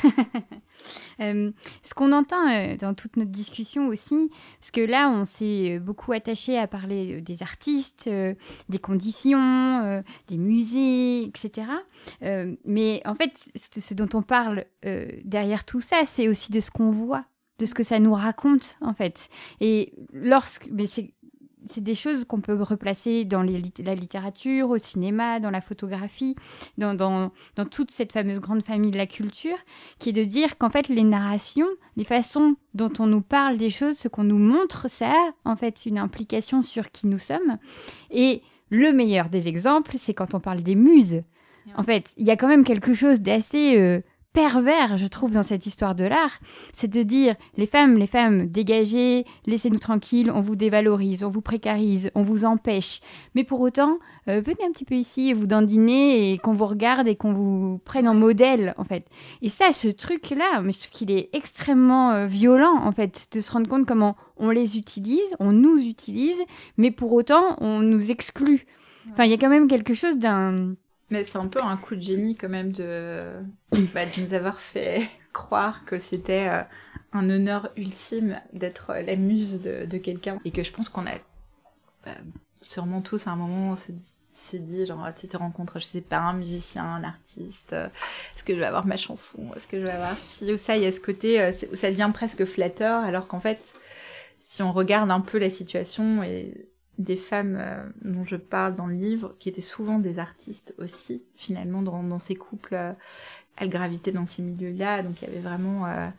euh, ce qu'on entend euh, dans toute notre discussion aussi, parce que là, on s'est beaucoup attaché à parler des artistes, euh, des conditions, euh, des musées, et cetera. Euh, mais en fait, ce, ce dont on parle euh, derrière tout ça, c'est aussi de ce qu'on voit, de ce que ça nous raconte, en fait. Et lorsque... Mais c'est, c'est des choses qu'on peut replacer dans les, la littérature, au cinéma, dans la photographie, dans, dans, dans toute cette fameuse grande famille de la culture, qui est de dire qu'en fait, les narrations, les façons dont on nous parle des choses, ce qu'on nous montre, ça a en fait une implication sur qui nous sommes. Et le meilleur des exemples, c'est quand on parle des muses. En fait, il y a quand même quelque chose d'assez... Euh, pervers, je trouve, dans cette histoire de l'art, c'est de dire, les femmes, les femmes, dégagez, laissez-nous tranquilles, on vous dévalorise, on vous précarise, on vous empêche. Mais pour autant, euh, venez un petit peu ici, vous dandiner, et qu'on vous regarde et qu'on vous prenne en modèle, en fait. Et ça, ce truc-là, mais je trouve qu'il est extrêmement euh, violent, en fait, de se rendre compte comment on les utilise, on nous utilise, mais pour autant, on nous exclut. Enfin, il y a quand même quelque chose d'un... Mais c'est un peu un coup de génie quand même de, bah, de nous avoir fait croire que c'était euh, un honneur ultime d'être la muse de, de quelqu'un. Et que je pense qu'on a bah, sûrement tous à un moment on s'est dit, s'est dit genre, tu sais, tu rencontres, je sais pas, un musicien, un artiste, euh, est-ce que je vais avoir ma chanson, est-ce que je vais avoir ci ou ça. Il y a ce côté euh, où ça devient presque flatteur, alors qu'en fait, si on regarde un peu la situation et... des femmes euh, dont je parle dans le livre, qui étaient souvent des artistes aussi, finalement, dans, dans ces couples, euh, elles gravitaient dans ces milieux-là, donc il y avait vraiment... Euh,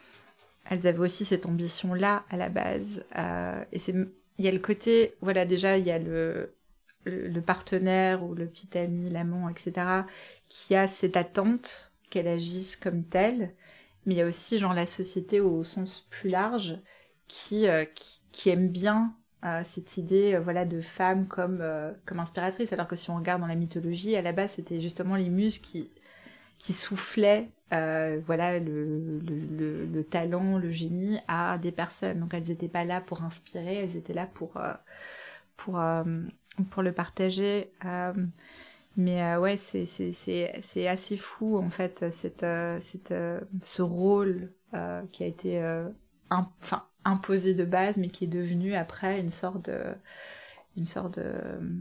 elles avaient aussi cette ambition-là, à la base. Euh, et c'est, il y a le côté... Voilà, déjà, il y a le, le, le partenaire ou le petit ami, l'amant, et cetera, qui a cette attente qu'elle agisse comme telle, mais il y a aussi, genre, la société au sens plus large, qui, euh, qui, qui aime bien Euh, cette idée euh, voilà, de femme comme, euh, comme inspiratrice, alors que si on regarde dans la mythologie, à la base, c'était justement les muses qui, qui soufflaient euh, voilà, le, le, le, le talent, le génie à des personnes. Donc elles n'étaient pas là pour inspirer, elles étaient là pour, euh, pour, euh, pour le partager. Euh, mais euh, ouais, c'est, c'est, c'est, c'est assez fou, en fait, cette, euh, cette, euh, ce rôle euh, qui a été... Euh, un, enfin, imposé de base, mais qui est devenu après une sorte de, une sorte de,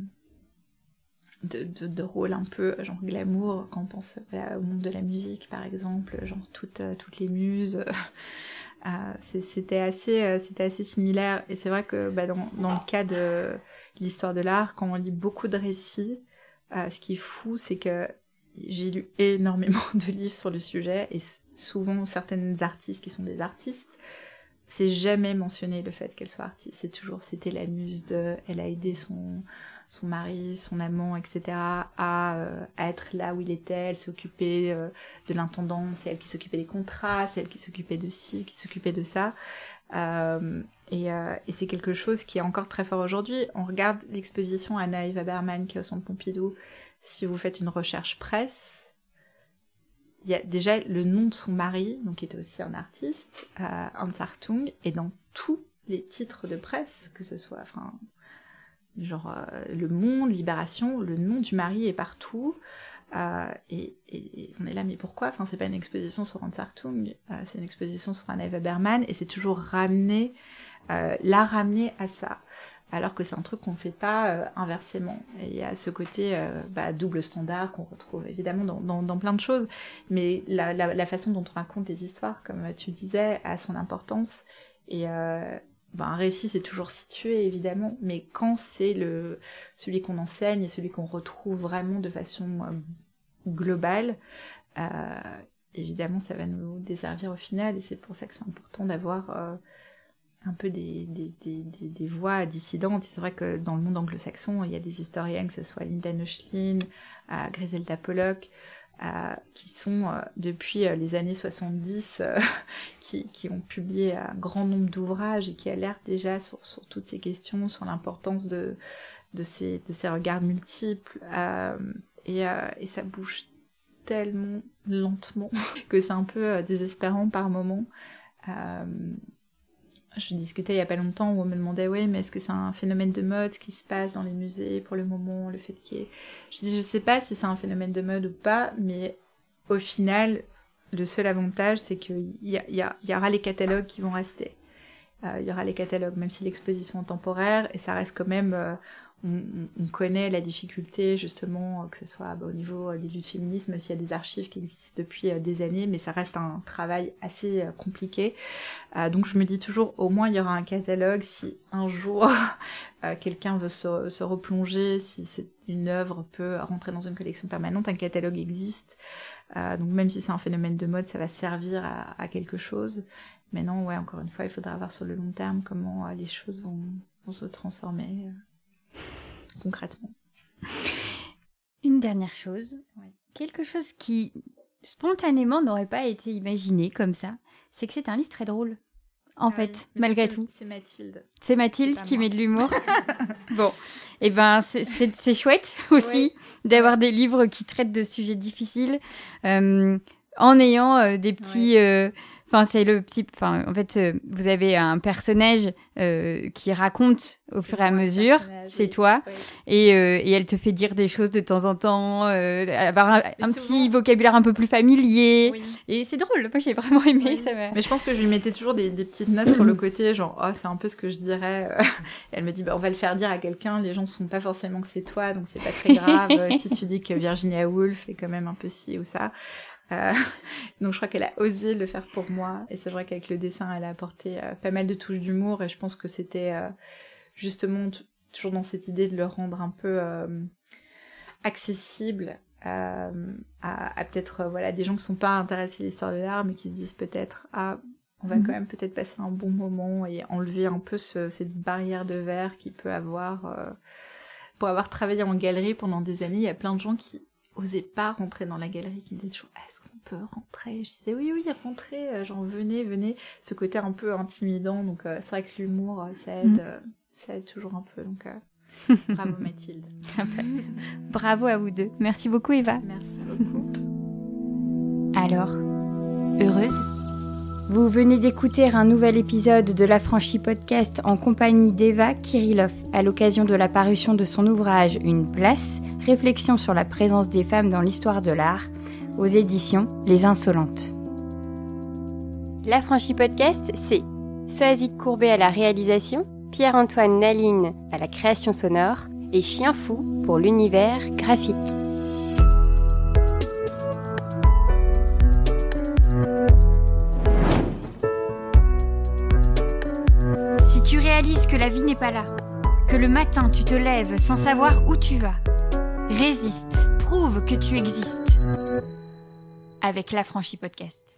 de, de, de rôle un peu genre glamour, quand on pense voilà, au monde de la musique par exemple, genre toutes, toutes les muses. Euh, c'est, c'était, assez, c'était assez similaire, et c'est vrai que bah, dans, dans le cas de l'histoire de l'art, quand on lit beaucoup de récits, euh, ce qui est fou, c'est que j'ai lu énormément de livres sur le sujet, et souvent certaines artistes qui sont des artistes, c'est jamais mentionné le fait qu'elle soit artiste, c'est toujours, c'était la muse de, elle a aidé son, son mari, son amant, et cetera, à, euh, à être là où il était, elle s'est occupée euh, de l'intendance, c'est elle qui s'occupait des contrats, c'est elle qui s'occupait de ci, qui s'occupait de ça. Euh, Et, euh, et c'est quelque chose qui est encore très fort aujourd'hui. On regarde l'exposition Anna Eva Berman qui est au Centre Pompidou. Si vous faites une recherche presse, il y a déjà le nom de son mari, donc qui était aussi un artiste, euh, Hans Hartung, et dans tous les titres de presse, que ce soit, enfin, genre euh, Le Monde, Libération, le nom du mari est partout. Euh, et, et, et on est là, mais pourquoi? Enfin, c'est pas une exposition sur Hans Hartung, euh, c'est une exposition sur Anna Eva Berman, et c'est toujours ramené, euh, la ramener à ça, alors que c'est un truc qu'on fait pas euh, inversement. Et il y a ce côté euh, bah, double standard qu'on retrouve évidemment dans, dans, dans plein de choses, mais la, la, la façon dont on raconte les histoires, comme tu disais, a son importance. Et euh, ben, un récit, c'est toujours situé, évidemment, mais quand c'est le celui qu'on enseigne et celui qu'on retrouve vraiment de façon euh, globale, euh, évidemment, ça va nous desservir au final, et c'est pour ça que c'est important d'avoir euh, un peu des, des, des, des, des voix dissidentes. Et c'est vrai que dans le monde anglo-saxon, il y a des historiennes, que ce soit Linda Nochlin, euh, Griselda Pollock, Euh, qui sont euh, depuis euh, les années soixante-dix euh, qui, qui ont publié un grand nombre d'ouvrages et qui alertent déjà sur, sur toutes ces questions, sur l'importance de, de, ces, de ces regards multiples, euh, et, euh, et ça bouge tellement lentement que c'est un peu euh, désespérant par moments. Euh, Je discutais il y a pas longtemps où on me demandait, oui, mais est-ce que c'est un phénomène de mode ce qui se passe dans les musées pour le moment, le fait qu'il y ait... Je dis, je sais pas si c'est un phénomène de mode ou pas, mais au final, le seul avantage, c'est qu'il y, a, il y, a, il y aura les catalogues qui vont rester. Euh, il y aura les catalogues, même si l'exposition est temporaire, et ça reste quand même... Euh, on, on connaît la difficulté, justement, que ce soit bah, au niveau des luttes féministes, même s'il y a des archives qui existent depuis euh, des années, mais ça reste un travail assez euh, compliqué. Euh, donc je me dis toujours, au moins il y aura un catalogue si un jour euh, quelqu'un veut se, se replonger, si c'est une œuvre peut rentrer dans une collection permanente, un catalogue existe. Euh, donc même si c'est un phénomène de mode, ça va servir à, à quelque chose. Mais non, ouais, encore une fois, il faudra voir sur le long terme comment euh, les choses vont, vont se transformer. Euh. Concrètement. Une dernière chose, ouais. Quelque chose qui spontanément n'aurait pas été imaginé comme ça, c'est que c'est un livre très drôle, en ah fait, oui, malgré c'est, tout. C'est Mathilde. C'est Mathilde c'est qui moi. met de l'humour. Bon, et eh ben c'est, c'est, c'est chouette aussi ouais. d'avoir ouais. des livres qui traitent de sujets difficiles, euh, en ayant euh, des petits... Ouais. Euh, Enfin, c'est le petit... Enfin, en fait, euh, vous avez un personnage euh, qui raconte au c'est fur et à mesure. C'est oui. toi. Oui. Et, euh, et elle te fait dire des choses de temps en temps, euh, avoir un, un petit vocabulaire un peu plus familier. Oui. Et c'est drôle. Moi, j'ai vraiment aimé. Oui. Ça m'a... Mais je pense que je lui mettais toujours des, des petites notes sur le côté, genre, oh, c'est un peu ce que je dirais. Et elle me dit, bah, on va le faire dire à quelqu'un. Les gens ne sont pas forcément que c'est toi, donc c'est pas très grave. Si tu dis que Virginia Woolf est quand même un peu ci ou ça. Euh, donc je crois qu'elle a osé le faire pour moi, et c'est vrai qu'avec le dessin elle a apporté euh, pas mal de touches d'humour, et je pense que c'était euh, justement t- toujours dans cette idée de le rendre un peu euh, accessible euh, à, à peut-être euh, voilà, des gens qui sont pas intéressés à l'histoire de l'art mais qui se disent peut-être ah on va mmh. quand même peut-être passer un bon moment et enlever un peu ce, cette barrière de verre qu'il peut avoir. Euh, pour avoir travaillé en galerie pendant des années, il y a plein de gens qui osaient pas rentrer dans la galerie, qui me disaient toujours est-ce qu'on peut rentrer? Je disais oui oui rentrez, genre venez venez, ce côté un peu intimidant, donc euh, c'est vrai que l'humour ça aide, mmh. euh, ça aide toujours un peu, donc euh, bravo Mathilde. Bravo à vous deux, merci beaucoup Eva. Merci beaucoup. Alors, heureuse? Vous venez d'écouter un nouvel épisode de l'Affranchi Podcast en compagnie d'Eva Kirillov à l'occasion de la parution de son ouvrage Une place, réflexion sur la présence des femmes dans l'histoire de l'art, aux éditions Les Insolentes. L'Affranchi Podcast, c'est Soazic Courbet à la réalisation, Pierre-Antoine Naline à la création sonore et Chien Fou pour l'univers graphique. Si tu réalises que la vie n'est pas là, que le matin tu te lèves sans savoir où tu vas, résiste, prouve que tu existes. Avec l'Affranchi Podcast.